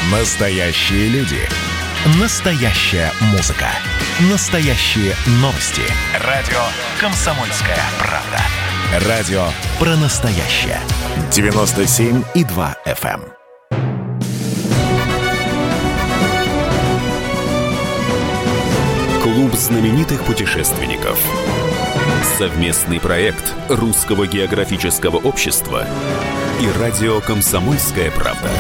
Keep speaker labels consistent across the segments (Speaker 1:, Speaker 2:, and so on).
Speaker 1: Настоящие люди. Настоящая музыка. Настоящие новости. Радио «Комсомольская правда». Радио про настоящее. 97,2 FM.
Speaker 2: Клуб знаменитых путешественников. Совместный проект Русского географического общества и радио «Комсомольская правда».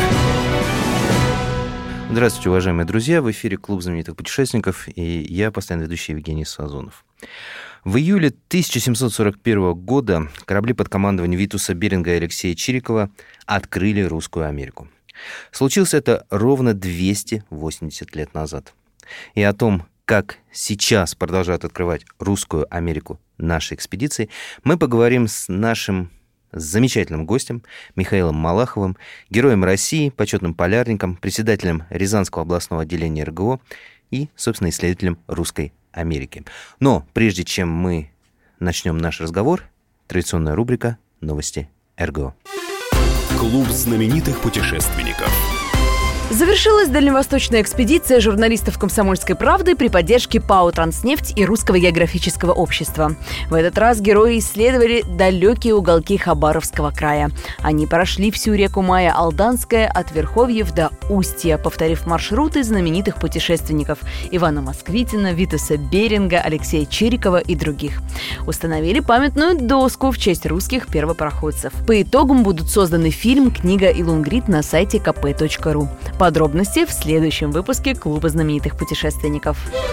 Speaker 3: Здравствуйте, уважаемые друзья! В эфире Клуб знаменитых путешественников, и я, постоянный ведущий Евгений Сазонов. В июле 1741 года корабли под командованием Витуса Беринга и Алексея Чирикова открыли Русскую Америку. Случилось это ровно 280 лет назад. И о том, как сейчас продолжают открывать Русскую Америку наши экспедиции, мы поговорим с нашим замечательным гостем Михаилом Малаховым, героем России, почетным полярником, председателем Рязанского областного отделения РГО и, собственно, исследователем Русской Америки. Но прежде чем мы начнем наш разговор, традиционная рубрика «Новости РГО».
Speaker 2: Клуб знаменитых путешественников.
Speaker 4: Завершилась дальневосточная экспедиция журналистов «Комсомольской правды» при поддержке ПАО «Транснефть» и Русского географического общества. В этот раз герои исследовали далекие уголки Хабаровского края. Они прошли всю реку Мая Алданская от Верховьев до Устья, повторив маршруты знаменитых путешественников Ивана Москвитина, Витуса Беринга, Алексея Чирикова и других. Установили памятную доску в честь русских первопроходцев. По итогам будут созданы фильм, книга и лонгрид на сайте kp.ru. Подробности в следующем выпуске Клуба знаменитых путешественников.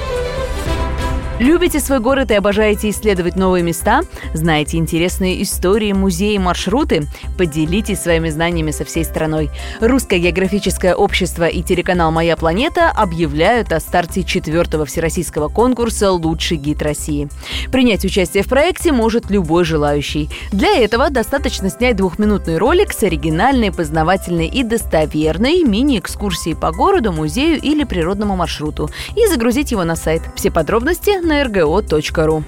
Speaker 4: Любите свой город и обожаете исследовать новые места? Знаете интересные истории, музеи, маршруты? Поделитесь своими знаниями со всей страной. Русское географическое общество и телеканал «Моя планета» объявляют о старте 4-го всероссийского конкурса «Лучший гид России». Принять участие в проекте может любой желающий. Для этого достаточно снять 2-минутный ролик с оригинальной, познавательной и достоверной мини-экскурсией по городу, музею или природному маршруту и загрузить его на сайт. Все подробности на rgo.ru.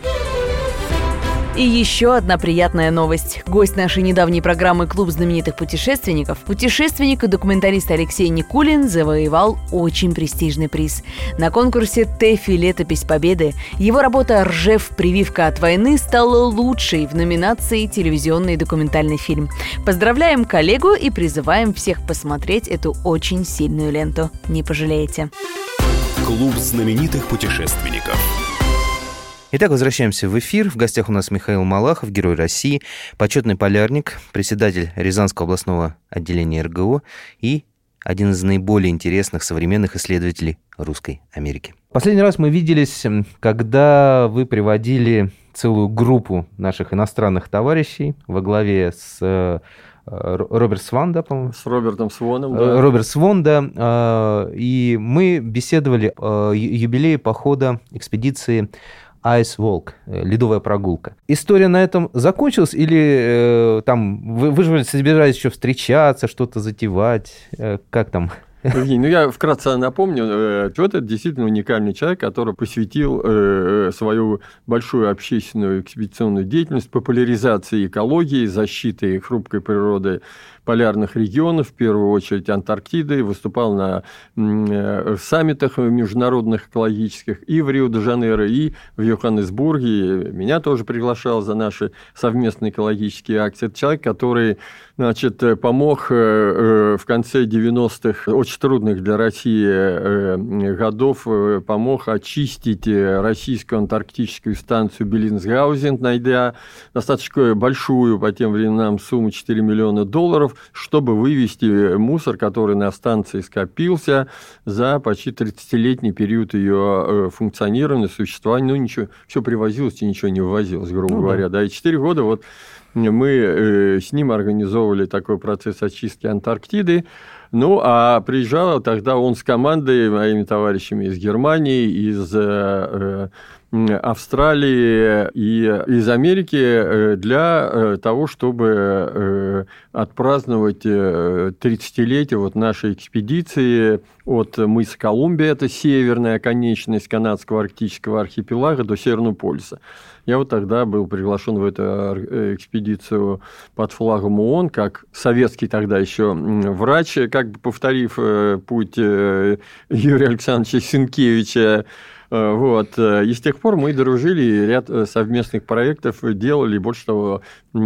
Speaker 4: И еще одна приятная новость. Гость нашей недавней программы «Клуб знаменитых путешественников», путешественник и документалист Алексей Никулин завоевал очень престижный приз. На конкурсе «ТЭФИ. Летопись Победы» его работа «Ржев. Прививка от войны» стала лучшей в номинации «Телевизионный документальный фильм». Поздравляем коллегу и призываем всех посмотреть эту очень сильную ленту. Не пожалеете.
Speaker 2: Клуб знаменитых путешественников.
Speaker 3: Итак, возвращаемся в эфир. В гостях у нас Михаил Малахов, герой России, почетный полярник, председатель Рязанского областного отделения РГО и один из наиболее интересных современных исследователей Русской Америки. Последний раз мы виделись, когда вы приводили целую группу наших иностранных товарищей во главе с Роберт Сван, да, по-моему?
Speaker 5: С Робертом Своном, да.
Speaker 3: Роберт Свон, да. И мы беседовали о юбилее похода экспедиции Ice Walk, ледовая прогулка. История на этом закончилась или там вы же собирались еще встречаться, что-то затевать? Как там?
Speaker 5: Евгений, я вкратце напомню, вот это действительно уникальный человек, который посвятил свою большую общественную экспедиционную деятельность популяризации экологии, защиты хрупкой природы полярных регионов, в первую очередь Антарктиды, выступал на саммитах международных экологических и в Рио-де-Жанейро, и в Йоханнесбурге. Меня тоже приглашал за наши совместные экологические акции. Это человек, который, значит, помог в конце 90-х, очень трудных для России годов, помог очистить российскую антарктическую станцию Беллинсгаузен, найдя достаточно большую по тем временам сумму $4 миллиона, чтобы вывести мусор, который на станции скопился за почти 30-летний период ее функционирования, существования. Ну, ничего, все привозилось и ничего не вывозилось, грубо говоря. Да, и 4 года вот мы с ним организовывали такой процесс очистки Антарктиды. Ну, а приезжал тогда он с командой, моими товарищами из Германии, из Австралии и из Америки для того, чтобы отпраздновать 30-летие вот нашей экспедиции от мыса Колумбия, это северная оконечность канадского арктического архипелага, до Северного полюса. Я вот тогда был приглашен в эту экспедицию под флагом ООН, как советский тогда еще врач, как бы повторив путь Юрия Александровича Сенкевича. Вот. И с тех пор мы дружили, и ряд совместных проектов делали. Больше того,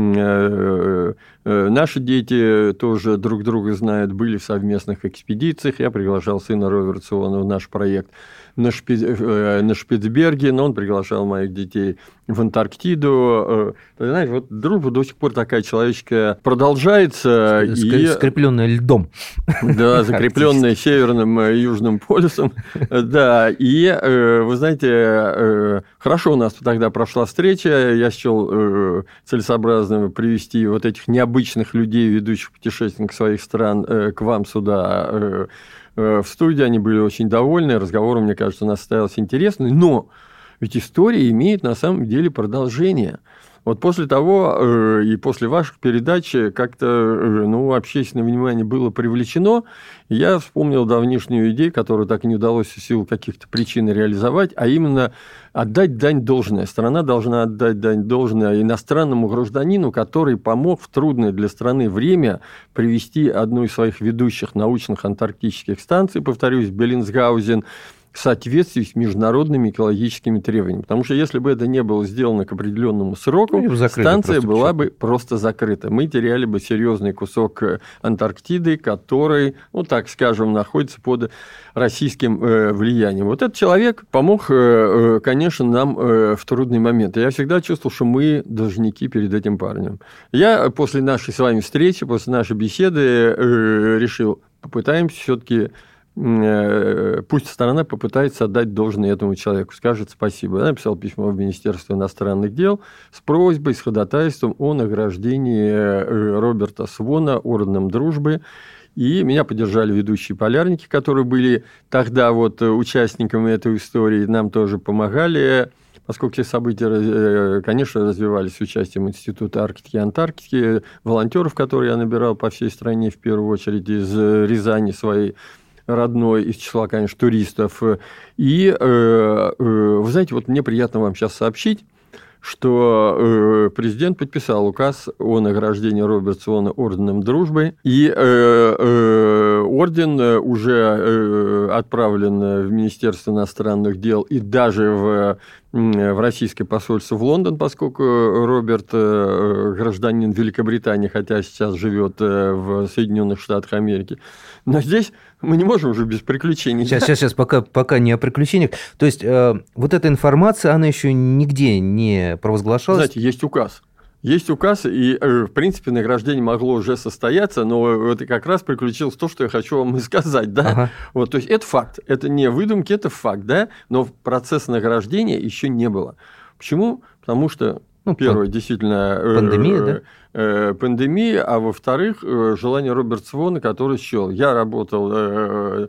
Speaker 5: наши дети тоже друг друга знают, были в совместных экспедициях. Я приглашал сына Робертсона в наш проект на Шпицберген, он приглашал моих детей в Антарктиду. Ты знаешь, вот дружба до сих пор такая человеческая продолжается.
Speaker 3: Скрепленная льдом.
Speaker 5: Да, закрепленная Северным и Южным полюсом. Да, и вы знаете, хорошо у нас тогда прошла встреча. Я счел целесообразным привести вот этих необычных людей, ведущих путешественников своих стран, к вам сюда в студии. Они были очень довольны. Разговор, мне кажется, у нас состоялся интересный. Но ведь история имеет на самом деле продолжение. Вот после того и после ваших передач как-то общественное внимание было привлечено. Я вспомнил давнишнюю идею, которую так и не удалось в силу каких-то причин реализовать, а именно отдать дань должное. Страна должна отдать дань должное иностранному гражданину, который помог в трудное для страны время привести одну из своих ведущих научных антарктических станций, повторюсь, Беллинсгаузен, в соответствии с международными экологическими требованиями. Потому что если бы это не было сделано к определенному сроку, станция была бы просто закрыта. Мы теряли бы серьезный кусок Антарктиды, который, так скажем, находится под российским влиянием. Вот этот человек помог, конечно, нам в трудный момент. Я всегда чувствовал, что мы должники перед этим парнем. Я после нашей с вами встречи, после нашей беседы решил, попытаемся все-таки. Пусть сторона попытается отдать должное этому человеку, скажет спасибо. Я написал письмо в Министерство иностранных дел с просьбой, с ходатайством о награждении Роберта Свона орденом Дружбы. И меня поддержали ведущие полярники, которые были тогда участниками этой истории, нам тоже помогали. Поскольку все события, конечно, развивались с участием Института Арктики и Антарктики, волонтеров, которые я набирал по всей стране, в первую очередь из Рязани своей родной, из числа, конечно, туристов. И, вы знаете, мне приятно вам сейчас сообщить, что президент подписал указ о награждении Робертсона орденом Дружбы, и орден уже отправлен в Министерство иностранных дел и даже в российское посольство в Лондон, поскольку Роберт гражданин Великобритании, хотя сейчас живет в Соединенных Штатах Америки. Но здесь мы не можем уже без приключений.
Speaker 3: Сейчас, пока не о приключениях. То есть, вот эта информация, она еще нигде не провозглашалась?
Speaker 5: Знаете, есть указ. Есть указ, и, в принципе, награждение могло уже состояться, но это как раз приключилось то, что я хочу вам и сказать. Да? Ага. То есть, это факт. Это не выдумки, это факт, да? Но процесса награждения еще не было. Почему? Потому что, первое, действительно...
Speaker 3: Пандемия, да?
Speaker 5: Пандемия, а во-вторых, желание Роберта Свона, который счел. Я работал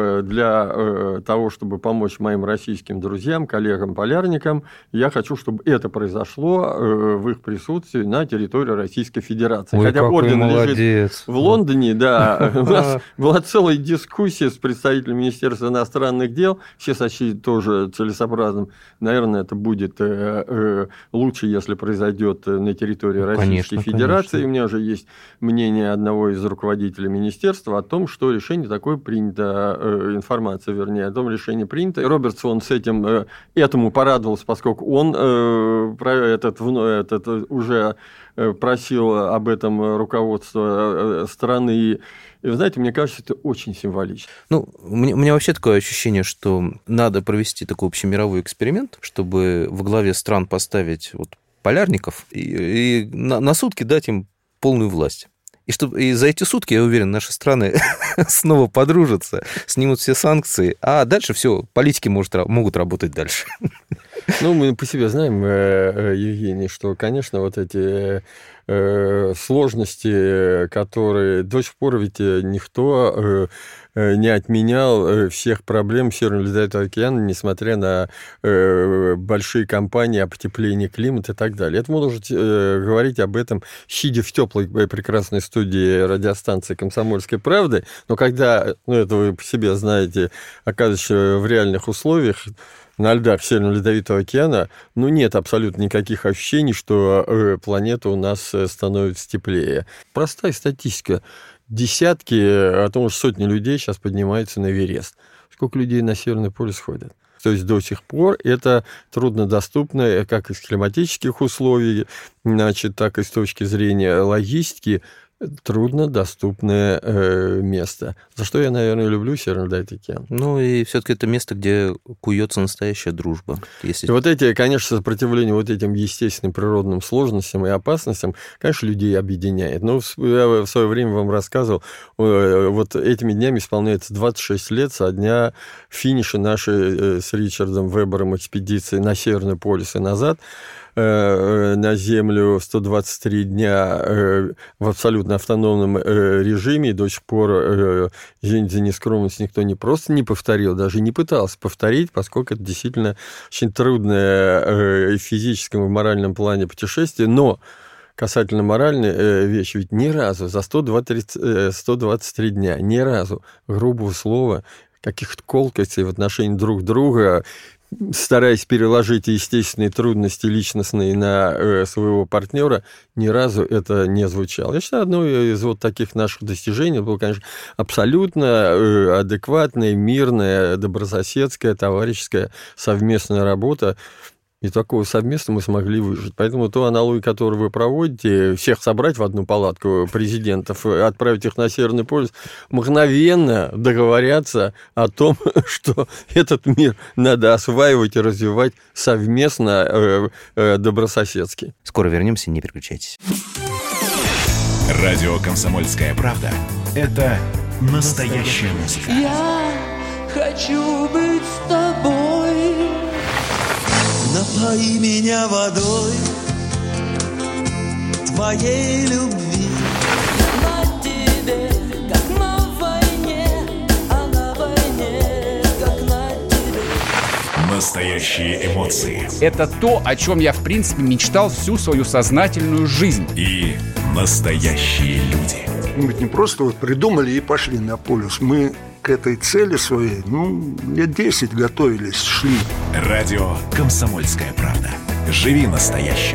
Speaker 5: для того, чтобы помочь моим российским друзьям, коллегам-полярникам. Я хочу, чтобы это произошло в их присутствии на территории Российской Федерации.
Speaker 3: Ой,
Speaker 5: хотя орден
Speaker 3: молодец.
Speaker 5: Лежит в Лондоне, да. У нас была целая дискуссия с представителем Министерства иностранных дел. Все сочли тоже целесообразным. Наверное, это будет лучше, если произойдет на территории Российской Федерации. Конечно. У меня уже есть мнение одного из руководителей министерства о том, что решение такое принято, информация, вернее, о том решении принято. И Робертсон с этому порадовался, поскольку он уже просил об этом руководство страны. И, вы знаете, мне кажется, это очень символично.
Speaker 3: У меня вообще такое ощущение, что надо провести такой общемировой эксперимент, чтобы во главе стран поставить полярников и на сутки дать им полную власть. И за эти сутки, я уверен, наши страны снова подружатся, снимут все санкции, а дальше все, политики могут работать дальше.
Speaker 5: Ну, мы по себе знаем, Евгений, что, конечно, вот эти сложности, которые до сих пор ведь никто не отменял всех проблем Северного Ледовитого океана, несмотря на большие кампании о потеплении климата и так далее. Это можно говорить об этом, сидя в теплой прекрасной студии радиостанции «Комсомольской правды», но когда, это вы по себе знаете, оказываешься в реальных условиях, на льдах Северного Ледовитого океана, нет абсолютно никаких ощущений, что планета у нас становится теплее. Простая статистика. Десятки, а то уж сотни людей сейчас поднимаются на Эверест. Сколько людей на Северный полюс ходят? То есть до сих пор это труднодоступно как из климатических условий, так и с точки зрения логистики, труднодоступное место. За что я, наверное, люблю Северный Ледовитый океан.
Speaker 3: И все-таки это место, где куется настоящая дружба.
Speaker 5: И вот эти, конечно, сопротивление вот этим естественным природным сложностям и опасностям, конечно, людей объединяет. Но я в свое время вам рассказывал, вот этими днями исполняется 26 лет со дня финиша нашей с Ричардом Вебером экспедиции на Северный полюс и назад. На Землю 123 дня в абсолютно автономном режиме, и до сих пор, извините за нескромность, никто не просто не повторил, даже не пытался повторить, поскольку это действительно очень трудное в физическом и моральном плане путешествие, но касательно моральной вещи, ведь ни разу за 123 дня, ни разу грубого слова, каких-то колкостей в отношении друг друга, стараясь переложить естественные трудности личностные на своего партнера, ни разу это не звучало. Я считаю, одно из вот таких наших достижений было, конечно, абсолютно адекватная, мирная, добрососедская, товарищеская совместная работа. И такого совместно мы смогли выжить. Поэтому ту аналогию, которую вы проводите, всех собрать в одну палатку президентов, отправить их на Северный полюс, мгновенно договорятся о том, что этот мир надо осваивать и развивать совместно, добрососедски.
Speaker 3: Скоро вернемся, не переключайтесь.
Speaker 1: Радио «Комсомольская правда» — это настоящая музыка.
Speaker 6: Я хочу быть с тобой. Напои меня водой твоей любви. На тебе, как на войне, а на войне, как на тебе.
Speaker 1: Настоящие эмоции.
Speaker 7: Это то, о чем я, в принципе, мечтал всю свою сознательную жизнь.
Speaker 1: И настоящие люди.
Speaker 8: Мы ведь не просто придумали и пошли на полюс. Мы к этой цели своей, лет 10 готовились, шли.
Speaker 1: Радио «Комсомольская правда». Живи настоящим.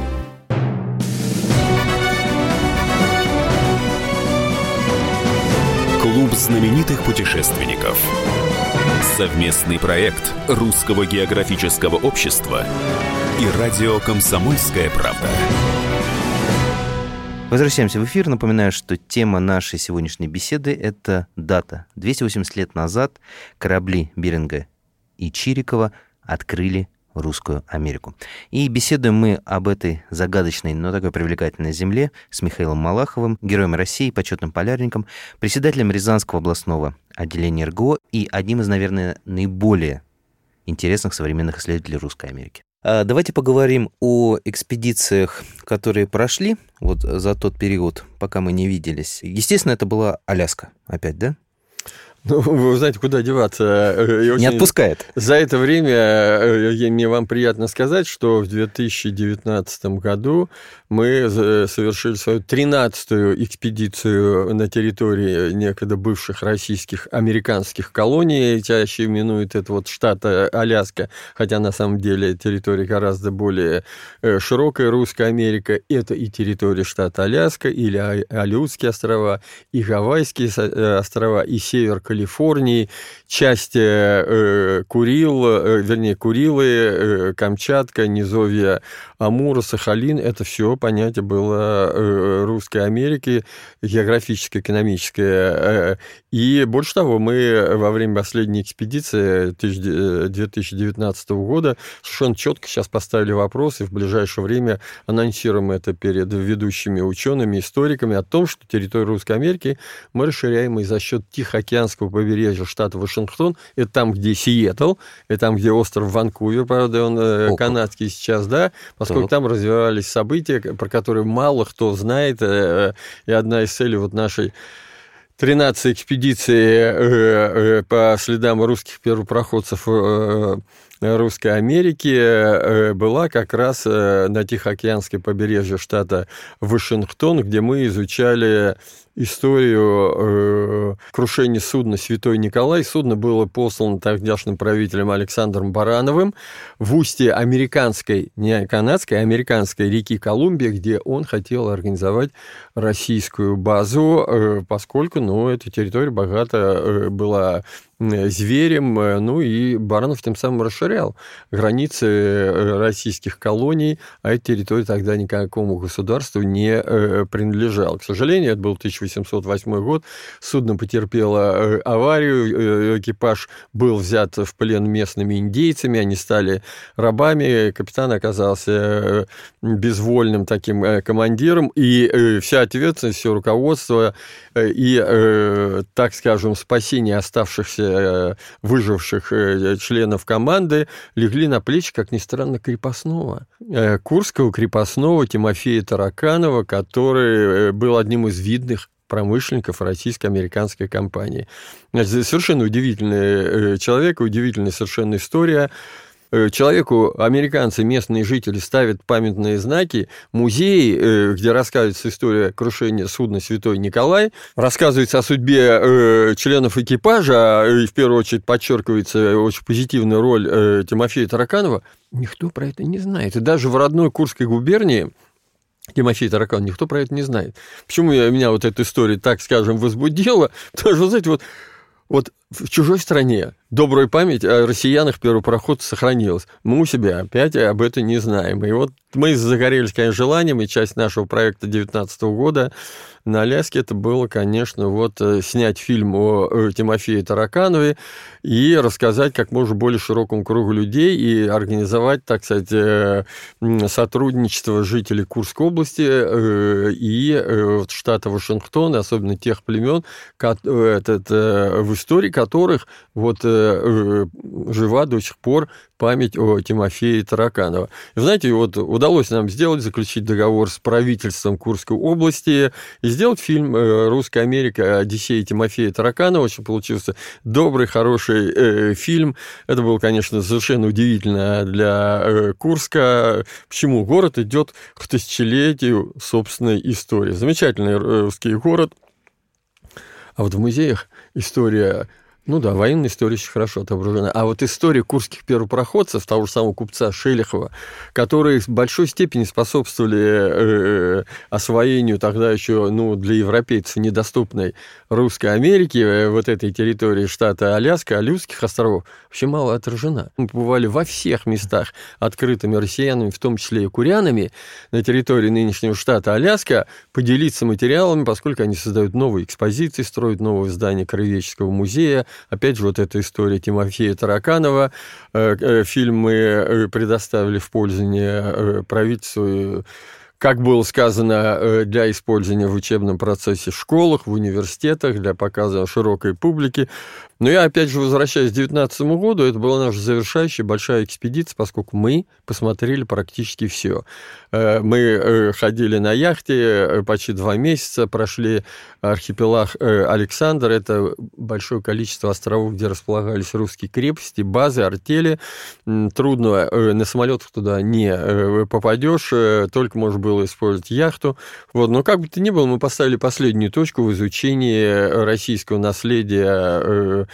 Speaker 2: Клуб знаменитых путешественников. Совместный проект Русского географического общества и радио «Комсомольская правда».
Speaker 3: Возвращаемся в эфир. Напоминаю, что тема нашей сегодняшней беседы – это дата. 280 лет назад корабли Беринга и Чирикова открыли Русскую Америку. И беседуем мы об этой загадочной, но такой привлекательной земле с Михаилом Малаховым, героем России, почетным полярником, председателем Рязанского областного отделения РГО и одним из, наверное, наиболее интересных современных исследователей Русской Америки. Давайте поговорим о экспедициях, которые прошли вот за тот период, пока мы не виделись. Естественно, это была Аляска опять, да?
Speaker 5: Вы знаете, куда деваться.
Speaker 3: Не отпускает.
Speaker 5: За это время мне вам приятно сказать, что в 2019 году мы совершили свою 13-ю экспедицию на территории некогда бывших российских американских колоний. Чаще именуют это штат Аляска, хотя на самом деле территория гораздо более широкая. Русская Америка – это и территория штата Аляска, или Алиутские острова, и Гавайские острова, и север Калифорнии, часть Курилы, Камчатка, низовья Амура, Сахалин. Это все понятие было Русской Америки, географическое, экономическое. И больше того, мы во время последней экспедиции 2019 года совершенно четко сейчас поставили вопрос, и в ближайшее время анонсируем это перед ведущими учеными, историками, о том, что территорию Русской Америки мы расширяем и за счет Тихоокеанского тихоокеанского побережья штата Вашингтон. Это там, где Сиэтл, это там, где остров Ванкувер, правда, он канадский сейчас, да, поскольку там развивались события, про которые мало кто знает, и одна из целей вот нашей 13-й экспедиции по следам русских первопроходцев Русской Америки была как раз на Тихоокеанское побережье штата Вашингтон, где мы изучали историю крушения судна «Святой Николай». Судно было послано тогдашним правителем Александром Барановым в устье американской, не канадской, а американской реки Колумбия, где он хотел организовать российскую базу, поскольку, эта территория богата была зверем, и Баранов тем самым расширял границы российских колоний, а эта территория тогда никакому государству не принадлежала. К сожалению, это был 1808 год, судно потерпело аварию, экипаж был взят в плен местными индейцами, они стали рабами, капитан оказался безвольным таким командиром, и вся ответственность, все руководство и, так скажем, спасение оставшихся выживших членов команды легли на плечи, как ни странно, крепостного. Курского крепостного Тимофея Тараканова, который был одним из видных промышленников российско-американской компании. Совершенно удивительный человек, удивительная совершенно история. Человеку американцы, местные жители, ставят памятные знаки, музеи, где рассказывается история крушения судна «Святой Николай», рассказывается о судьбе членов экипажа, и в первую очередь подчеркивается очень позитивная роль Тимофея Тараканова. Никто про это не знает. И даже в родной Курской губернии Тимофей Тараканов, никто про это не знает. Почему меня вот эта история, так скажем, возбудила? Потому что, знаете, вот в чужой стране добрая память о россиянах-первопроходцах сохранилась. Мы у себя опять об этом не знаем. И вот мы загорелись, конечно, желанием, и часть нашего проекта 2019 года на Аляске это было, конечно, снять фильм о Тимофее Тараканове и рассказать как можно более широкому кругу людей и организовать, так сказать, сотрудничество жителей Курской области и штата Вашингтон, особенно тех племен, в истории которых жива до сих пор память о Тимофее Тараканове. Знаете, удалось нам заключить договор с правительством Курской области и сделать фильм «Русская Америка. Одиссея Тимофея Тараканова». Очень получился добрый, хороший фильм. Это было, конечно, совершенно удивительно для Курска. Почему город идет к тысячелетию собственной истории. Замечательный русский город. А в музеях история... военная история очень хорошо отображена. А история курских первопроходцев, того же самого купца Шелихова, которые в большой степени способствовали освоению тогда еще, для европейцев недоступной Русской Америки, этой территории штата Аляска, Алиутских островов, вообще мало отражена. Мы побывали во всех местах, открытыми россиянами, в том числе и курянами, на территории нынешнего штата Аляска, поделиться материалами, поскольку они создают новые экспозиции, строят новые здания Краеведческого музея. Опять же, эта история Тимофея Тараканова. Фильм мы предоставили в пользование правительству, как было сказано, для использования в учебном процессе в школах, в университетах, для показа широкой публике. Но я, опять же, возвращаясь к 2019 году, это была наша завершающая большая экспедиция, поскольку мы посмотрели практически все. Мы ходили на яхте почти 2 месяца, прошли архипелаг Александр, это большое количество островов, где располагались русские крепости, базы, артели. Трудно, на самолетах туда не попадешь, только можно было использовать яхту. Но как бы то ни было, мы поставили последнюю точку в изучении российского наследия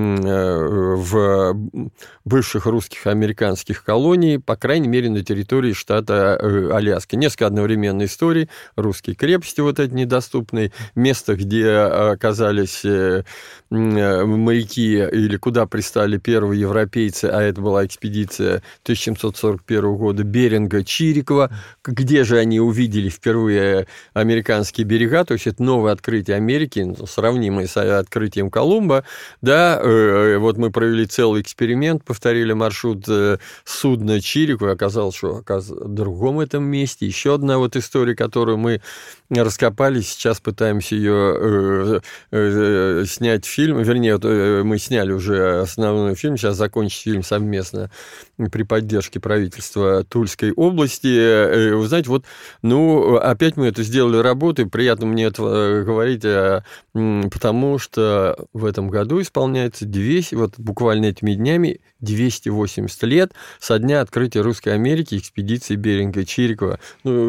Speaker 5: в бывших русских американских колоний, по крайней мере, на территории штата Аляски. Несколько одновременной историй. Русские крепости эти недоступные, место, где оказались моряки или куда пристали первые европейцы, а это была экспедиция 1741 года Беринга, Чирикова, где же уже они увидели впервые американские берега, то есть это новое открытие Америки, сравнимое с открытием Колумба, да, вот мы провели целый эксперимент, повторили маршрут судна Чириково, оказалось, что в другом этом месте. Еще одна вот история, которую мы раскопали, сейчас пытаемся ее снять фильм, вернее, мы сняли уже основной фильм, сейчас закончить фильм совместно при поддержке правительства Тульской области. Вы знаете, вот, опять мы это сделали работой, приятно мне это говорить, потому что в этом году исполняется 200, вот буквально этими днями, 280 лет со дня открытия Русской Америки экспедиции Беринга-Чирикова.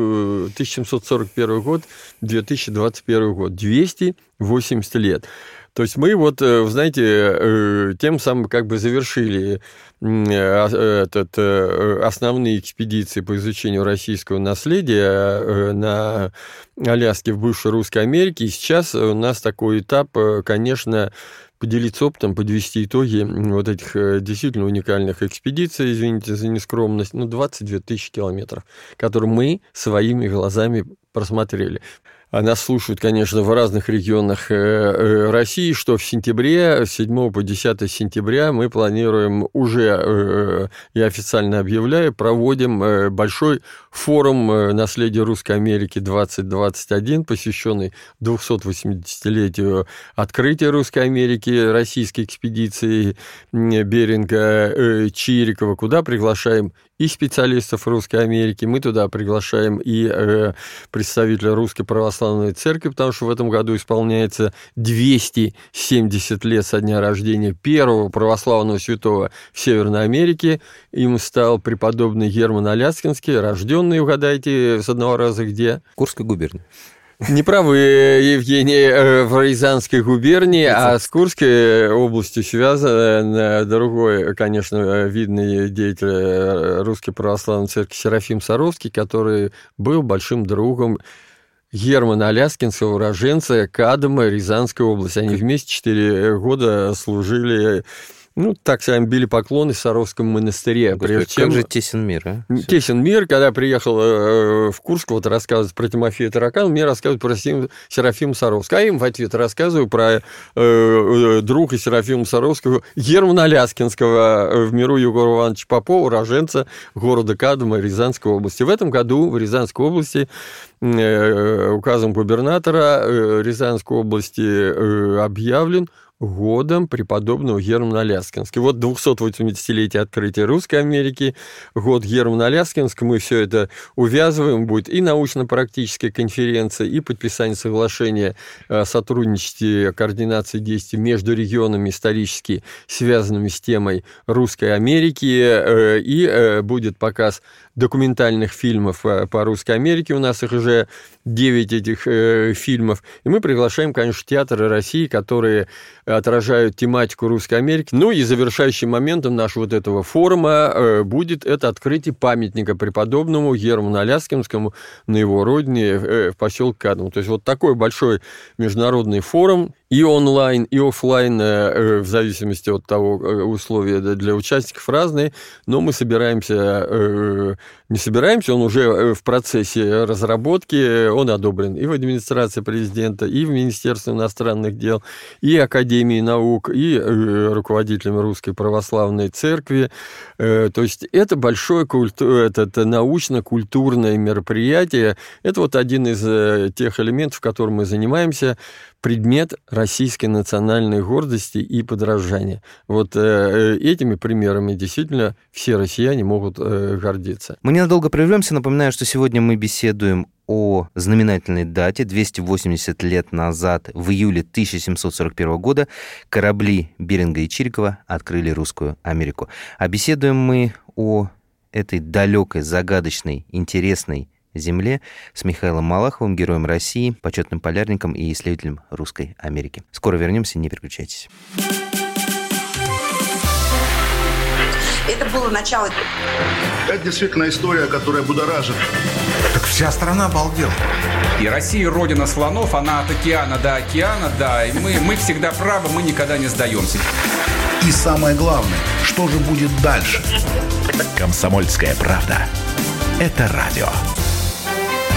Speaker 5: 1741 год, 2021 год. 280 лет. То есть мы вот, знаете, тем самым как бы завершили основные экспедиции по изучению российского наследия на Аляске в бывшей Русской Америке. И сейчас у нас такой этап, конечно, поделиться опытом, подвести итоги вот этих действительно уникальных экспедиций, извините за нескромность, 22 тысячи километров, которые мы своими глазами просмотрели. А нас слушают, конечно, в разных регионах России, что в сентябре, с 7 по 10 сентября мы планируем я официально объявляю, проводим большой форум наследия Русской Америки 2021, посвященный 280-летию открытия Русской Америки, российской экспедиции Беринга-Чирикова, куда приглашаем и специалистов Русской Америки, мы туда приглашаем и представителя Русской Православной Церкви, потому что в этом году исполняется 270 лет со дня рождения первого православного святого в Северной Америке. Им стал преподобный Герман Аляскинский, рожденный, угадайте, с одного раза где?
Speaker 3: Курской губернии.
Speaker 5: Неправы, Евгений, в Рязанской губернии, а с Курской областью связан другой, конечно, видный деятель Русской Православной Церкви Серафим Саровский, который был большим другом Германа Аляскинского, уроженца Кадома, Рязанской области. Они вместе 4 года служили... так сказать, били поклоны в Саровском монастыре.
Speaker 3: Как же тесен мир, а?
Speaker 5: Тесен мир. Когда приехал в Курск, вот рассказывать про Тимофея Таракана, мне рассказывают про Серафима Саровского. А я им в ответ рассказываю про друга Серафима Саровского, Германа Аляскинского, в миру Егора Ивановича Попова, уроженца города Кадома Рязанской области. В этом году в Рязанской области указом губернатора Рязанской области объявлен годом преподобного Германа Аляскинского. Вот 280-летие открытия Русской Америки, год Германа Аляскинского, мы все это увязываем, будет и научно-практическая конференция, и подписание соглашения о сотрудничестве, координации действий между регионами исторически связанными с темой Русской Америки, и будет показ документальных фильмов по Русской Америке, у нас их уже 9 этих фильмов, и мы приглашаем, конечно, театры России, которые отражают тематику Русской Америки. И завершающим моментом нашего вот этого форума будет это открытие памятника преподобному Герману Аляскинскому на его родине в поселке Кадом. То есть вот такой большой международный форум, и онлайн, и офлайн, в зависимости от того, условия для участников разные, но мы не собираемся, он уже в процессе разработки, он одобрен и в администрации президента, и в Министерстве иностранных дел, и Академии наук, и руководителями Русской Православной Церкви. То есть это большое научно-культурное мероприятие. Это вот один из тех элементов, которым мы занимаемся, предмет российской национальной гордости и подражания. Вот этими примерами действительно все россияне могут гордиться.
Speaker 3: Мы ненадолго прервемся. Напоминаю, что сегодня мы беседуем о знаменательной дате. 280 лет назад, в июле 1741 года, корабли Беринга и Чирикова открыли Русскую Америку. А беседуем мы о этой далекой, загадочной, интересной земле с Михаилом Малаховым, героем России, почетным полярником и исследователем Русской Америки. Скоро вернемся, не переключайтесь.
Speaker 9: Это было начало.
Speaker 10: Это действительно история, которая будоражит.
Speaker 1: Так вся страна обалдела.
Speaker 7: И Россия родина слонов, она от океана до океана, да, и мы всегда правы, мы никогда не сдаемся.
Speaker 1: И самое главное, что же будет дальше? «Комсомольская правда». Это радио.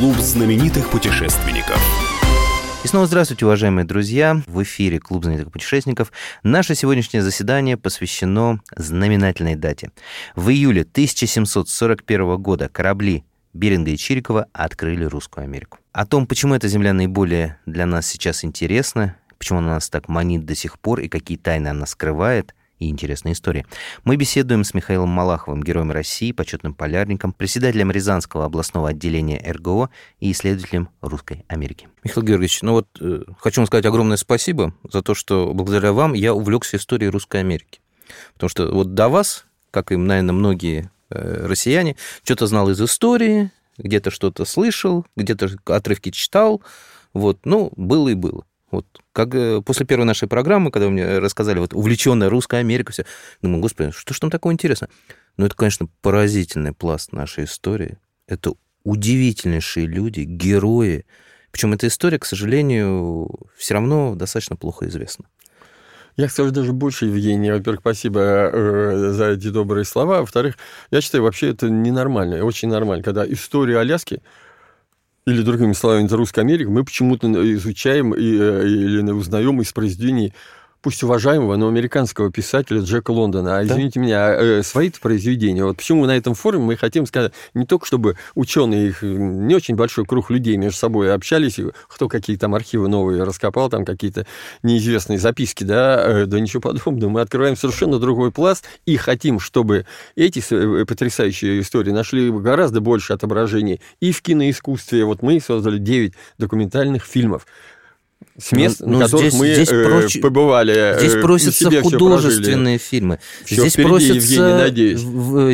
Speaker 2: Клуб знаменитых путешественников.
Speaker 3: И снова здравствуйте, уважаемые друзья. В эфире Клуб знаменитых путешественников. Наше сегодняшнее заседание посвящено знаменательной дате. В июле 1741 года корабли Беринга и Чирикова открыли Русскую Америку. О том, почему эта земля наиболее для нас сейчас интересна, почему она нас так манит до сих пор и какие тайны она скрывает, и интересные истории, мы беседуем с Михаилом Малаховым, героем России, почетным полярником, председателем Рязанского областного отделения РГО и исследователем Русской Америки. Михаил Георгиевич, хочу вам сказать огромное спасибо за то, что благодаря вам я увлекся историей Русской Америки. Потому что до вас, как и, наверное, многие россияне, что-то знал из истории, где-то что-то слышал, где-то отрывки читал, было и было. Как после первой нашей программы, когда вы мне рассказали, увлеченная Русская Америка, все, думаю, господи, что ж там такое интересное? Это, конечно, поразительный пласт нашей истории. Это удивительнейшие люди, герои. Причем эта история, к сожалению, все равно достаточно плохо известна.
Speaker 5: Я скажу даже больше, Евгений. Во-первых, спасибо за эти добрые слова. Во-вторых, я считаю, вообще это ненормально, очень нормально, когда историю Аляски, или, другими словами, Русской Америки, мы почему-то изучаем или узнаем из произведений, пусть уважаемого, но американского писателя Джека Лондона. Извините меня, свои-то произведения. Почему на этом форуме мы хотим сказать, не только чтобы ученые, их не очень большой круг людей между собой общались, кто какие там архивы новые раскопал, там какие-то неизвестные записки, да ничего подобного. Мы открываем совершенно другой пласт и хотим, чтобы эти потрясающие истории нашли гораздо больше отображений и в киноискусстве. Мы создали 9 документальных фильмов с мест, на которых мы побывали.
Speaker 3: Здесь просятся художественные фильмы.
Speaker 5: Все
Speaker 3: здесь
Speaker 5: впереди,
Speaker 3: просятся,
Speaker 5: Евгений, надеюсь.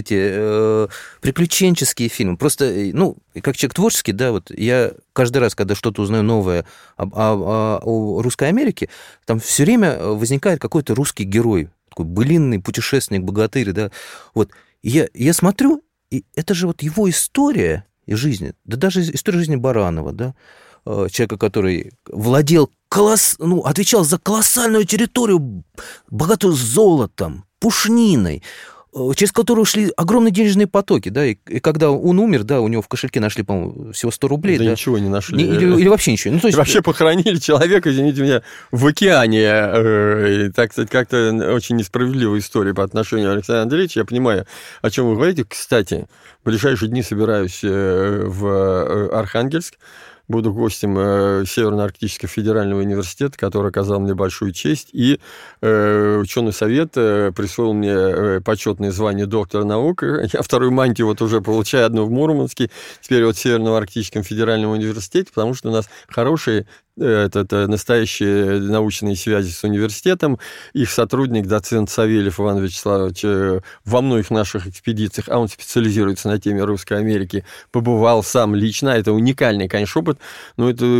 Speaker 3: Приключенческие фильмы. Просто, как человек творческий, я каждый раз, когда что-то узнаю новое о Русской Америке, там все время возникает какой-то русский герой, такой былинный путешественник, богатырь, да. Я смотрю, и это же его история и жизнь, да даже история жизни Баранова, да, человека, который владел отвечал за колоссальную территорию, богатую золотом, пушниной, через которую шли огромные денежные потоки, да, и когда он умер, да, у него в кошельке нашли, по-моему, всего 100 рублей.
Speaker 5: Да ничего не нашли.
Speaker 3: Или вообще ничего.
Speaker 5: То есть... Вообще похоронили человека, извините меня, в океане. Так сказать, как-то очень несправедливая история по отношению к Александру Андреевичу. Я понимаю, о чем вы говорите. Кстати, в ближайшие дни собираюсь в Архангельск. Буду гостем Северно-Арктического федерального университета, который оказал мне большую честь. И ученый совет присвоил мне почетное звание доктора наук. Я вторую мантию уже получаю, одну в Мурманске, теперь в Северно-Арктическом федеральном университете, потому что у нас хорошие настоящие научные связи с университетом. Их сотрудник, доцент Савельев Иван Вячеславович, во многих наших экспедициях, а он специализируется на теме Русской Америки, побывал сам лично. Это уникальный, конечно, опыт, но это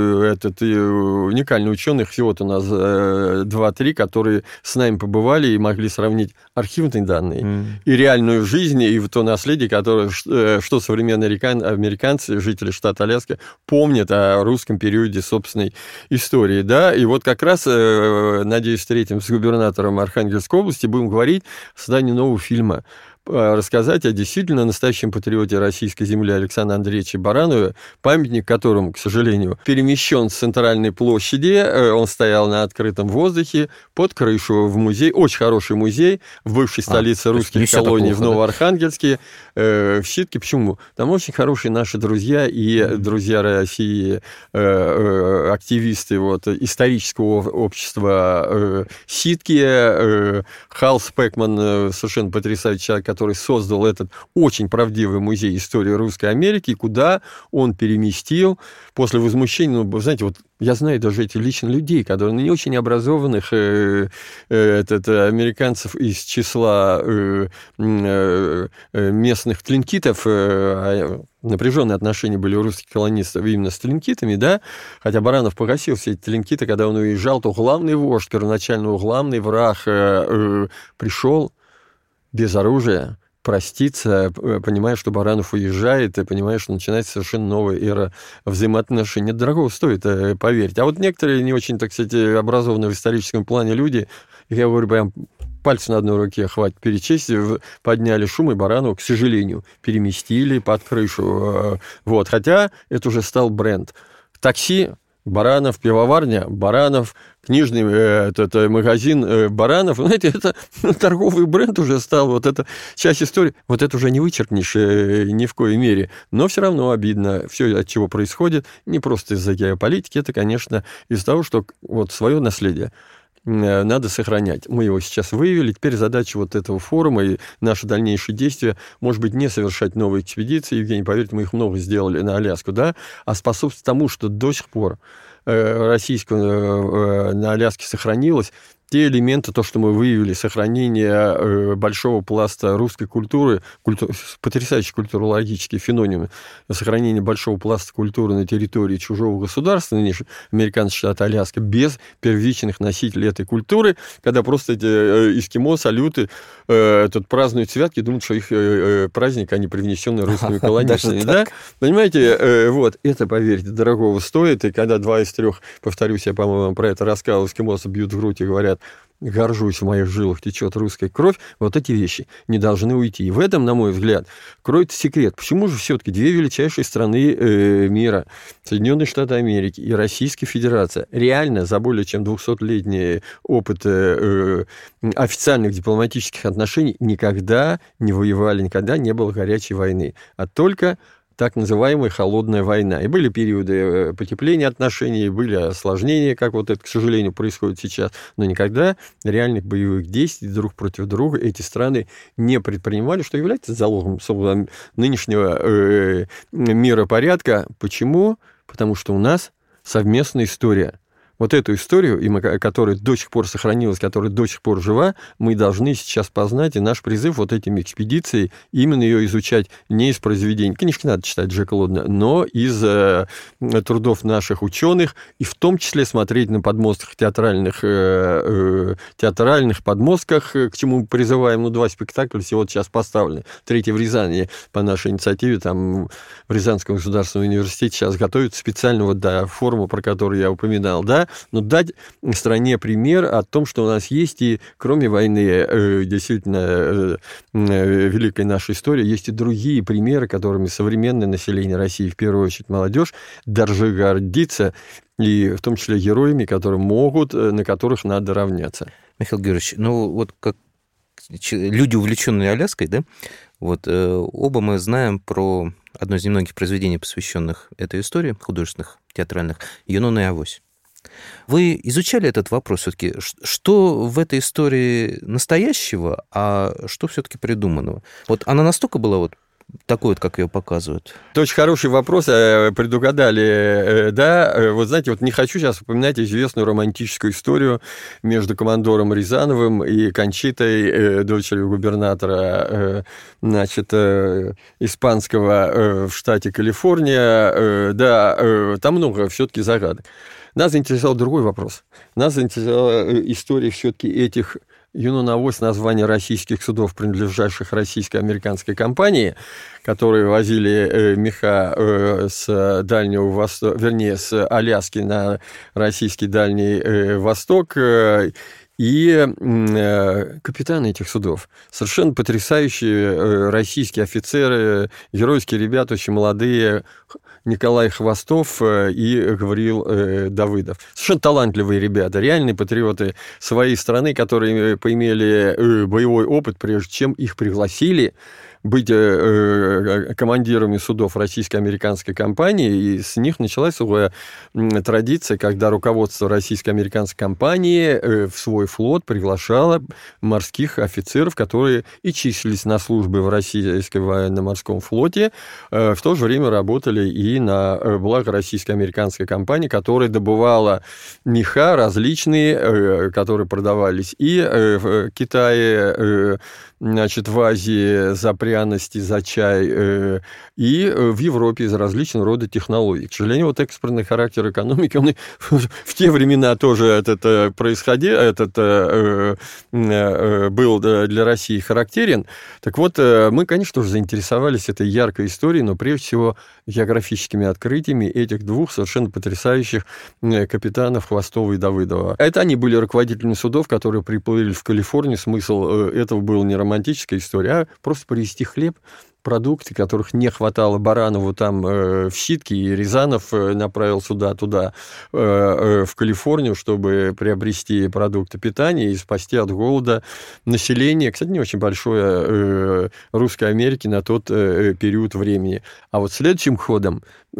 Speaker 5: уникальный ученый. Всего-то у нас 2-3, которые с нами побывали и могли сравнить архивные данные и реальную жизнь, и то наследие, которое, что современные американцы, жители штата Аляска, помнят о русском периоде собственной истории, да, и как раз, надеюсь, встретимся с губернатором Архангельской области, будем говорить о создании нового фильма, рассказать о действительно настоящем патриоте российской земли Александре Андреевиче Баранове, памятник которому, к сожалению, перемещен с центральной площади. Он стоял на открытом воздухе под крышу в музей, очень хороший музей в бывшей столице русских колоний в Новоархангельске, в Ситке. Почему? Там очень хорошие наши друзья и друзья России, активисты исторического общества Ситки. Хал Спекман, совершенно потрясающий человек, который создал этот очень правдивый музей истории Русской Америки, куда он переместил после возмущения, вы знаете, я знаю даже этих лично людей, которые не очень образованных американцев из числа местных тлинкитов, напряженные отношения были у русских колонистов именно с тлинкитами, да, хотя Баранов погасил все эти тлинкиты, когда он уезжал, то главный вождь, первоначально главный враг пришел без оружия, проститься, понимая, что Баранов уезжает, и понимая, что начинается совершенно новая эра взаимоотношений. Это дорого стоит, поверить. А некоторые не очень, так сказать, образованные в историческом плане люди, я говорю, прям пальцы на одной руке хватит перечесть, подняли шум, и Баранова, к сожалению, переместили под крышу. Вот. Хотя это уже стал бренд. Такси Баранов, пивоварня Баранов, книжный магазин Баранов. Знаете, это торговый бренд уже стал. Вот это часть истории. Вот это уже не вычеркнешь ни в коей мере. Но все равно обидно. Все, от чего происходит, не просто из-за геополитики, это, конечно, из-за того, что вот свое наследие надо сохранять. Мы его сейчас выявили. Теперь задача вот этого форума и наши дальнейшие действия, может быть, не совершать новые экспедиции. Евгений, поверьте, мы их много сделали на Аляску, да, а способствовать тому, что до сих пор российского на Аляске сохранилось. Те элементы, то, что мы выявили, сохранение большого пласта русской культуры, потрясающие культурологические феномены, сохранение большого пласта культуры на территории чужого государства, нынешний американский штат Аляска, без первичных носителей этой культуры, когда просто эти эскимо, салюты тут празднуют святки, думают, что их праздник, они привнесенные русскими колонистами. Да? Понимаете, вот, это, поверьте, дорогого стоит, и когда 2 из 3, повторюсь, я, по-моему, про это рассказывал, эскимосы бьют в грудь и говорят: горжусь, в моих жилах течет русская кровь, вот эти вещи не должны уйти. И в этом, на мой взгляд, кроется секрет. Почему же все-таки 2 величайшие страны мира, Соединенные Штаты Америки и Российская Федерация, реально за более чем 200-летний опыт официальных дипломатических отношений никогда не воевали, никогда не было горячей войны, а только так называемая холодная война. И были периоды потепления отношений, были осложнения, как вот это, к сожалению, происходит сейчас, но никогда реальных боевых действий друг против друга эти страны не предпринимали, что является залогом нынешнего миропорядка. Почему? Потому что у нас совместная история. Вот эту историю, которая до сих пор сохранилась, которая до сих пор жива, мы должны сейчас познать, и наш призыв вот этими экспедициями именно ее изучать не из произведений, книжки надо читать Джека Лондона, но из трудов наших ученых, и в том числе смотреть на подмостках театральных подмостках, к чему мы призываем, 2 спектакля всего сейчас поставлены. 3 в Рязани по нашей инициативе, там в Рязанском государственном университете сейчас готовят специального форума, про который я упоминал, да, но дать стране пример о том, что у нас есть и кроме войны, действительно, великой нашей истории, есть и другие примеры, которыми современное население России, в первую очередь молодежь, даже гордится, и в том числе героями, на которых надо равняться.
Speaker 3: Михаил Георгиевич, вот как люди, увлеченные Аляской, да, вот оба мы знаем про одно из немногих произведений, посвященных этой истории, художественных, театральных, «Юнона и Авось». Вы изучали этот вопрос все-таки? Что в этой истории настоящего, а что все-таки придуманного? Вот она настолько была такой, как ее показывают?
Speaker 5: Это очень хороший вопрос, предугадали, да. Вот знаете, не хочу сейчас упоминать известную романтическую историю между командором Рязановым и Кончитой, дочерью губернатора, испанского в штате Калифорния. Да, там много все-таки загадок. Нас заинтересовал другой вопрос. Нас заинтересовала история все-таки этих «Юнона Авось», название российских судов, принадлежащих российско-американской компании, которые возили меха с Дальнего Востока, вернее, с Аляски на российский Дальний Восток. И капитаны этих судов, совершенно потрясающие российские офицеры, геройские ребята, очень молодые, Николай Хвостов и Гавриил Давыдов. Совершенно талантливые ребята, реальные патриоты своей страны, которые поимели боевой опыт, прежде чем их пригласили быть командирами судов российско-американской компании, и с них началась традиция, когда руководство российско-американской компании в свой флот приглашало морских офицеров, которые и числились на службе в российском военно-морском флоте, в то же время работали и на благо российско-американской компании, которая добывала меха различные, которые продавались и в Китае, в Азии за пряности, за чай, и в Европе из различного рода технологий. К сожалению, вот экспортный характер экономики, он в те времена тоже был для России характерен. Так вот, мы, конечно, тоже заинтересовались этой яркой историей, но прежде всего географическими открытиями этих двух совершенно потрясающих капитанов Хвостова и Давыдова. Это они были руководителями судов, которые приплыли в Калифорнию. Смысл этого был не романтическая история, а просто привезти хлеб, продукты, которых не хватало. Баранову там в Щитке, и Рязанов направил суда туда, в Калифорнию, чтобы приобрести продукты питания и спасти от голода население. Кстати, не очень большое Русской Америки на тот период времени. А вот следующим шагом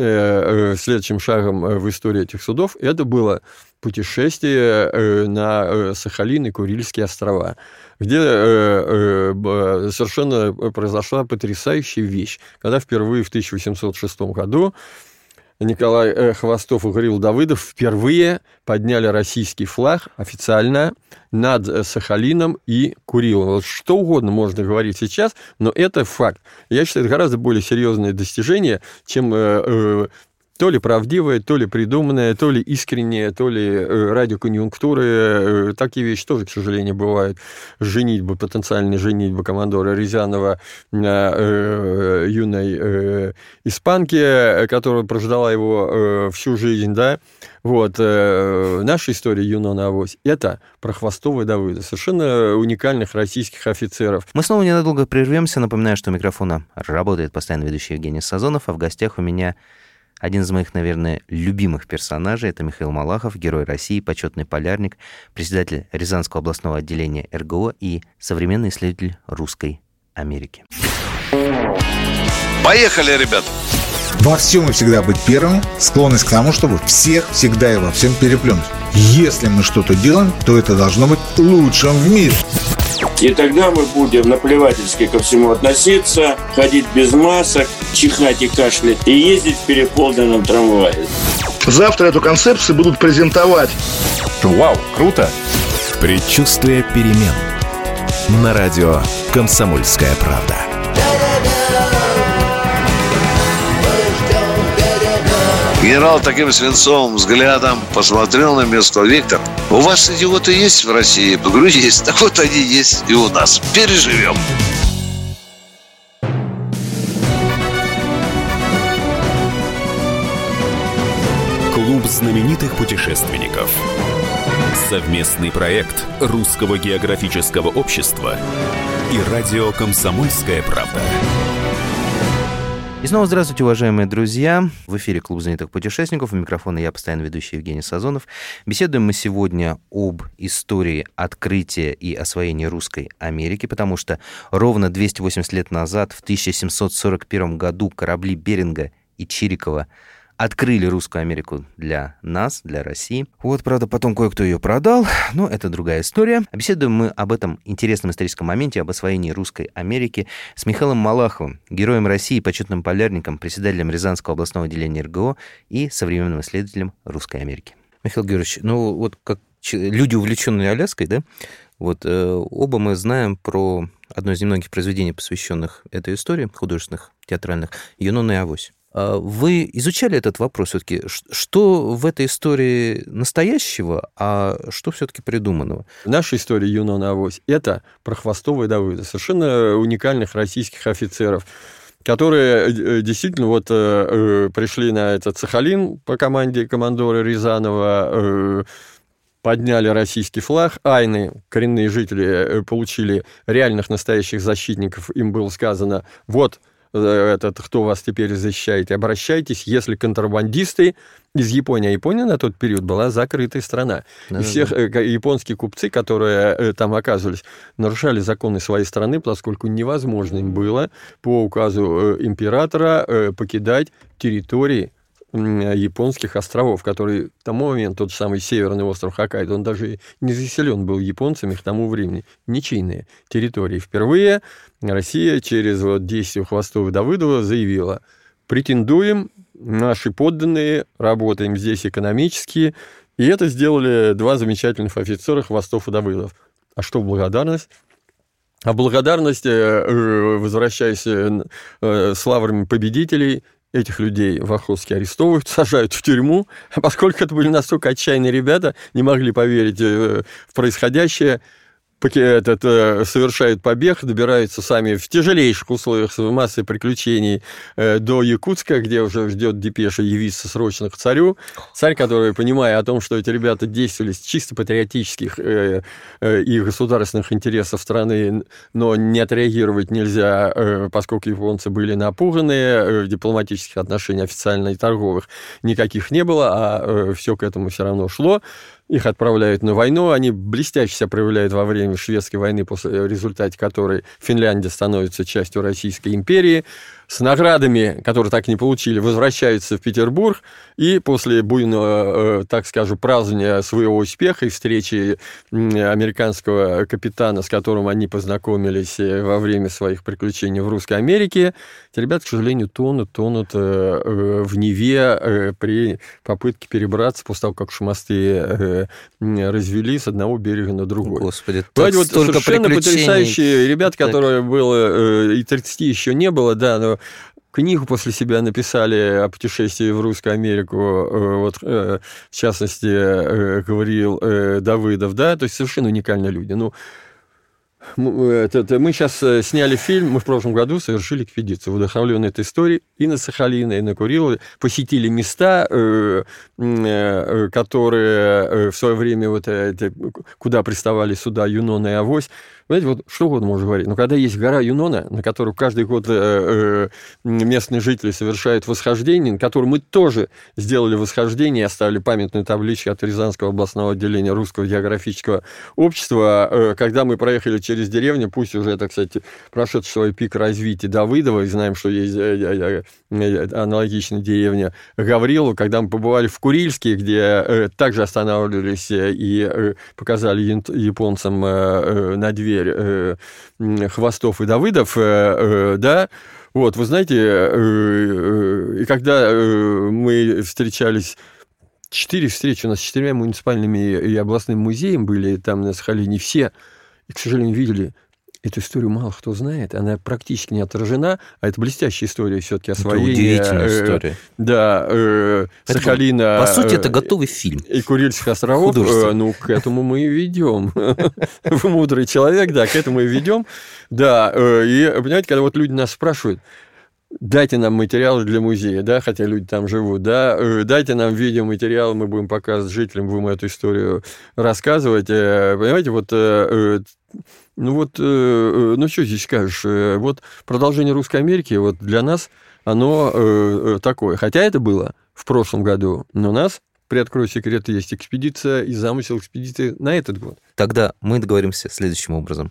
Speaker 5: в истории этих судов это было путешествие на Сахалин и Курильские острова, где совершенно произошла потрясающая вещь, когда впервые в 1806 году Николай Хвостов и Гаврил Давыдов впервые подняли российский флаг официально над Сахалином и Курилом. Вот что угодно можно говорить сейчас, но это факт. Я считаю, это гораздо более серьезное достижение, чем то ли правдивое, то ли придуманное, то ли искреннее, то ли ради конъюнктуры. Такие вещи тоже, к сожалению, бывают. Потенциальная женитьба командора Рязанова на юной испанке, которая прождала его всю жизнь, да. Вот. Наша история «Юнона Авось» — это про Хвостова и Давыда, совершенно уникальных российских офицеров.
Speaker 3: Мы снова ненадолго прервемся. Напоминаю, что у микрофона работает постоянно ведущий Евгений Сазонов, а в гостях у меня один из моих, наверное, любимых персонажей — это Михаил Малахов, герой России, почетный полярник, председатель Рязанского областного отделения РГО и современный исследователь Русской Америки.
Speaker 11: Поехали, ребят!
Speaker 12: Во всем и всегда быть первым, склонность к тому, чтобы всех, всегда и во всем переплюнуть. Если мы что-то делаем, то это должно быть лучшим в мире.
Speaker 13: И тогда мы будем наплевательски ко всему относиться, ходить без масок, чихать и кашлять и ездить в переполненном трамвае.
Speaker 10: Завтра эту концепцию будут презентовать.
Speaker 1: Вау, круто!
Speaker 2: Предчувствие перемен. На радио «Комсомольская правда».
Speaker 11: Генерал таким свинцовым взглядом посмотрел на меня и сказал: Виктор, у вас идиоты есть в России? Я говорю, есть. Так вот они есть и у нас. Переживем.
Speaker 2: Клуб знаменитых путешественников. Совместный проект Русского географического общества и радио «Комсомольская правда».
Speaker 3: И снова здравствуйте, уважаемые друзья. В эфире Клуб знаменитых путешественников. У микрофона я, постоянно ведущий Евгений Сазонов. Беседуем мы сегодня об истории открытия и освоения Русской Америки, потому что ровно 280 лет назад, в 1741 году, корабли Беринга и Чирикова открыли Русскую Америку для нас, для России. Вот, правда, потом кое-кто ее продал, но это другая история. Беседуем мы об этом интересном историческом моменте, об освоении Русской Америки с Михаилом Малаховым, героем России, почетным полярником, председателем Рязанского областного отделения РГО и современным исследователем Русской Америки. Михаил Георгиевич, ну вот как люди, увлеченные Аляской, да, вот оба мы знаем про одно из немногих произведений, посвященных этой истории, художественных, театральных, «Юнона и Авось». Вы изучали этот вопрос все-таки? Что в этой истории настоящего, а что все-таки придуманного?
Speaker 5: Наша история «Юнона Авось» — это про Хвостова и Давыда, совершенно уникальных российских офицеров, которые действительно вот пришли на этот Сахалин по команде командора Рязанова, подняли российский флаг. Айны, коренные жители, получили реальных настоящих защитников. Им было сказано: вот, кто вас теперь защищает, обращайтесь, если контрабандисты из Японии. А Япония на тот период была закрытая страна. И всех японские купцы, которые там оказывались, нарушали законы своей страны, поскольку невозможно им было по указу императора покидать территории японских островов, которые к тому моменту, тот же самый северный остров Хоккайдо, он даже не заселен был японцами к тому времени. Ничейные территории. Впервые Россия через действия Хвостова и Давыдова заявила: претендуем, наши подданные, работаем здесь экономически. И это сделали два замечательных офицера, Хвостов и Давыдов. А что в благодарность? А благодарность, возвращаясь с лаврами победителей, этих людей в Охотске арестовывают, сажают в тюрьму, а поскольку это были настолько отчаянные ребята, не могли поверить в происходящее, совершают побег, добираются сами в тяжелейших условиях с массой приключений до Якутска, где уже ждет депеша явиться срочно к царю. Царь, который, понимая о том, что эти ребята действовали с чисто патриотических и государственных интересов страны, но не отреагировать нельзя, поскольку японцы были напуганы, дипломатических отношений официально и торговых никаких не было, а все к этому все равно шло. Их отправляют на войну, они блестяще себя проявляют во время Шведской войны, в результате которой Финляндия становится частью Российской империи. С наградами, которые так и не получили, возвращаются в Петербург, и после буйного, так скажем, празднования своего успеха и встречи американского капитана, с которым они познакомились во время своих приключений в Русской Америке, эти ребята, к сожалению, тонут в Неве при попытке перебраться после того, как мосты развели с одного берега на другой.
Speaker 3: Господи,
Speaker 5: вот совершенно потрясающие ребята, которые было и 30 еще не было, да, но книгу после себя написали о путешествии в Русскую Америку, вот, в частности, говорил Давыдов, да, то есть совершенно уникальные люди. Ну, мы сейчас сняли фильм, мы в прошлом году совершили экспедицию, вдохновленную этой историей, и на Сахалин, и на Курилы, посетили места, которые в свое время, куда приставали суда Юнона и Авось. Знаете, вот что угодно можно говорить, но когда есть гора Юнона, на которую каждый год местные жители совершают восхождение, на которую мы тоже сделали восхождение, оставили памятную табличку от Рязанского областного отделения Русского географического общества, когда мы проехали через деревню, пусть уже это, кстати, прошедший свой пик развития Давыдова, и знаем, что есть аналогичная деревня Гаврилу, когда мы побывали в Курильске, где также останавливались и показали японцам на дверь Хвостов и Давыдов, да, вот, вы знаете, и когда мы встречались, 4 встречи у нас с 4 муниципальными и областным музеем были там на Сахалине, все, и, к сожалению, видели, эту историю мало кто знает, она практически не отражена, а это блестящая история все-таки освоения.
Speaker 3: Это удивительная история.
Speaker 5: Да, Сахалина.
Speaker 3: По сути, это готовый фильм.
Speaker 5: И Курильских островов. Ну, к этому мы и ведем. Вы мудрый человек, да, к этому и ведем. Да, и, понимаете, когда вот люди нас спрашивают, дайте нам материалы для музея, да, хотя люди там живут, да, дайте нам видеоматериалы, мы будем показывать жителям, будем эту историю рассказывать. Понимаете, вот... Ну, что здесь скажешь? Вот продолжение Русской Америки, вот для нас оно такое. Хотя это было в прошлом году, но у нас, приоткрою секрет, есть экспедиция и замысел экспедиции на этот год.
Speaker 3: Тогда мы договоримся следующим образом.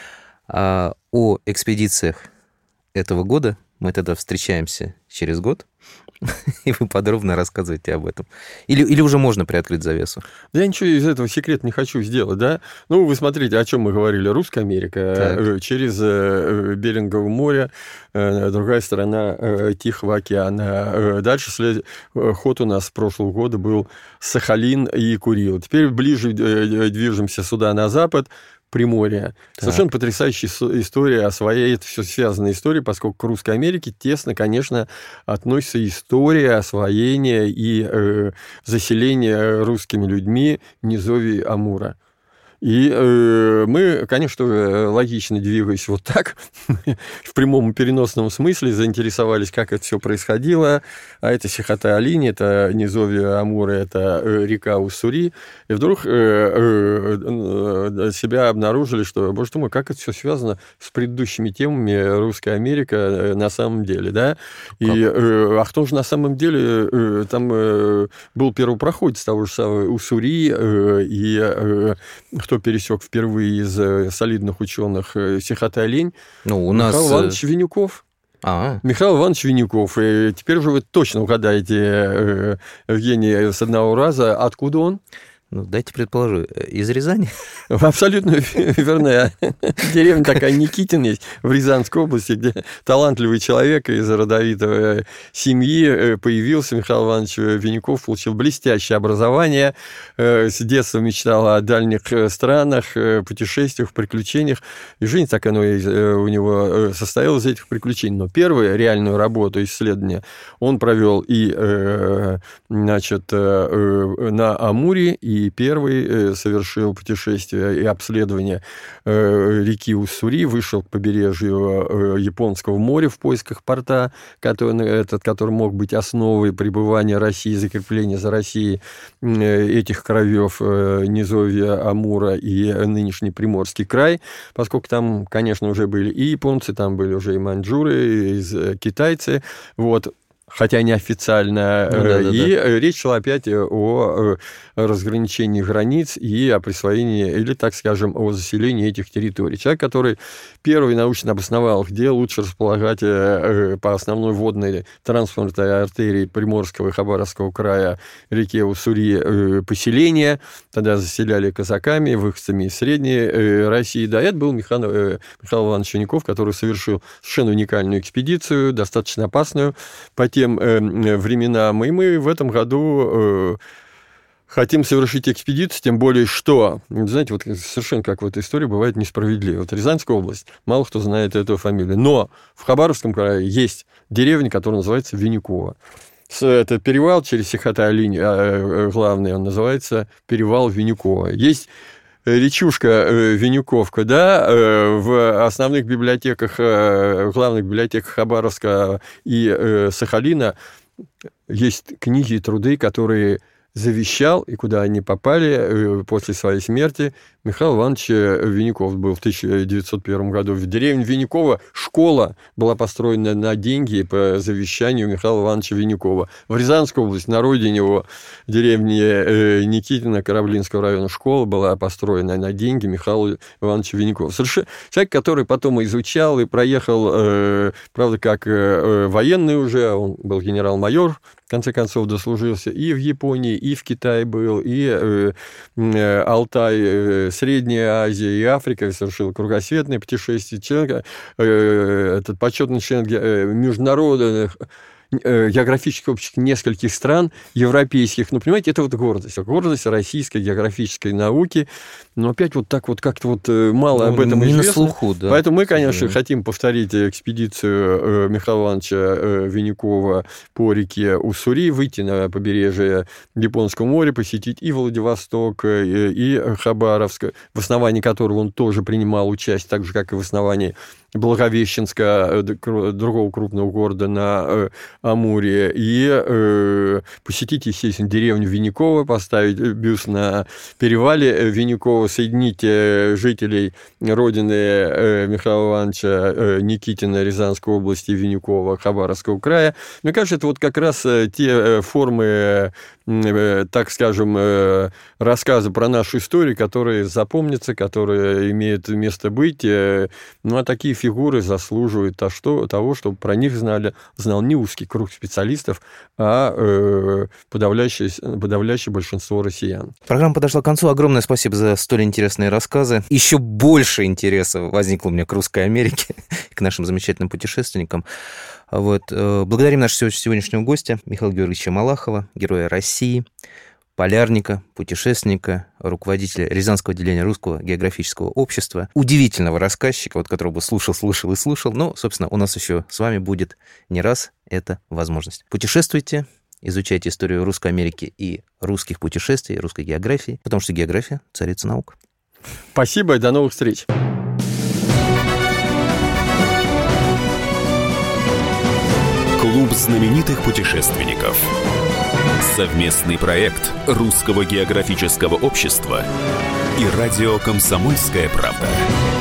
Speaker 3: О экспедициях этого года мы тогда встречаемся через год, и вы подробно рассказываете об этом. Или уже можно приоткрыть завесу?
Speaker 5: Да я ничего из этого секрета не хочу сделать, да? Ну, вы смотрите, о чем мы говорили. Русская Америка, через Берингово море, другая сторона Тихого океана. Дальше ход у нас с прошлого года был Сахалин и Курил. Теперь ближе движемся сюда на запад, Приморье. Совершенно потрясающая история освоения, это все связанная история, поскольку к Русской Америке тесно, конечно, относится история освоения и заселения русскими людьми низовий Амура. И мы, конечно, логично двигаясь вот так, в прямом и переносном смысле, заинтересовались, как это все происходило. А это Сихотэ-Алинь, это низовье Амура, это река Уссури. И вдруг себя обнаружили, что, боже мой, как это все связано с предыдущими темами Русская Америка на самом деле, да? И а кто же на самом деле там был первопроходец того же самого Уссури, и кто пересек впервые из солидных ученых Сихотэ-Алинь?
Speaker 3: Ну, у нас...
Speaker 5: Михаил Иванович Винюков. Михаил Иванович Винюков. И теперь уже вы точно угадаете, Евгений, с одного раза, откуда он?
Speaker 3: Ну, дайте предположу, из Рязани?
Speaker 5: Абсолютно верно. Деревня такая Никитин есть в Рязанской области, где талантливый человек из родовитой семьи появился. Михаил Иванович Винюков получил блестящее образование, с детства мечтал о дальних странах, путешествиях, приключениях. И жизнь так оно у него состояла из этих приключений. Но первую реальную работу, исследование, он провел и на Амуре, и первый совершил путешествие и обследование реки Уссури, вышел к побережью Японского моря в поисках порта, который мог быть основой пребывания России, закрепления за Россией этих краев низовья Амура и нынешний Приморский край, поскольку там, конечно, уже были и японцы, там были уже и маньчжуры, и китайцы, вот. Хотя неофициально, речь шла опять о разграничении границ и о присвоении, или, так скажем, о заселении этих территорий. Человек, который первый научно обосновал, где лучше располагать по основной водной транспортной артерии Приморского и Хабаровского края реке Уссури поселения, тогда заселяли казаками, выходцами из Средней России. Да, это был Михаил Иванович Винюков, который совершил совершенно уникальную экспедицию, достаточно опасную по тем временам. И мы в этом году хотим совершить экспедицию, тем более что, знаете, вот совершенно как в этой истории бывает несправедливо. Вот Рязанская область, мало кто знает эту фамилию, но в Хабаровском крае есть деревня, которая называется Винюково. Это перевал через Сихота-Алинь, главный, он называется перевал Винюкова. Есть речушка Винюковка, да, в основных библиотеках, главных библиотеках Хабаровска и Сахалина есть книги и труды, которые завещал, и куда они попали после своей смерти. Михаил Иванович Винюков был в 1901 году. В деревне Винюкова школа была построена на деньги по завещанию Михаила Ивановича Винюкова. В Рязанской области, на родине его, деревне Никитина, Кораблинского района, школа была построена на деньги Михаила Ивановича Винюкова. Человек, который потом изучал и проехал, правда, как военный уже, он был генерал-майор, в конце концов, дослужился и в Японии, и в Китае был, и Алтай, Средняя Азия, и Африка, совершил кругосветное путешествие. Человек, этот почетный член международных географических обществ нескольких стран европейских. Ну, понимаете, это вот гордость российской географической науки. Но опять вот так вот как-то вот мало об этом
Speaker 3: не
Speaker 5: известно.
Speaker 3: На слуху, да.
Speaker 5: Поэтому мы, конечно, хотим повторить экспедицию Михаила Ивановича Винюкова по реке Уссури, выйти на побережье Японского моря, посетить и Владивосток, и Хабаровск, в основании которого он тоже принимал участие, так же, как и в основании Благовещенска, другого крупного города на Амуре, и посетить, естественно, деревню Винюкова, поставить бюст на перевале Винюкова, соединить жителей родины Михаила Ивановича Никитина, Рязанской области, Винюкова, Хабаровского края. Мне кажется, это вот как раз те формы, так скажем, рассказа про нашу историю, которые запомнятся, которые имеют место быть. Ну, а такие фигуры заслуживают того, чтобы про них знал не узкий круг специалистов, а подавляющее большинство россиян.
Speaker 3: Программа подошла к концу. Огромное спасибо за столь интересные рассказы. Еще больше интереса возникло у меня к Русской Америке, к нашим замечательным путешественникам. Вот. Благодарим нашего сегодняшнего гостя Михаила Георгиевича Малахова, героя России, полярника, путешественника, руководителя Рязанского отделения Русского географического общества, удивительного рассказчика, вот, которого бы слушал. Но, собственно, у нас еще с вами будет не раз эта возможность. Путешествуйте, изучайте историю Русской Америки и русских путешествий, русской географии, потому что география – царица наук.
Speaker 5: Спасибо и до новых встреч.
Speaker 2: Клуб знаменитых путешественников. Совместный проект Русского географического общества и радио «Комсомольская правда».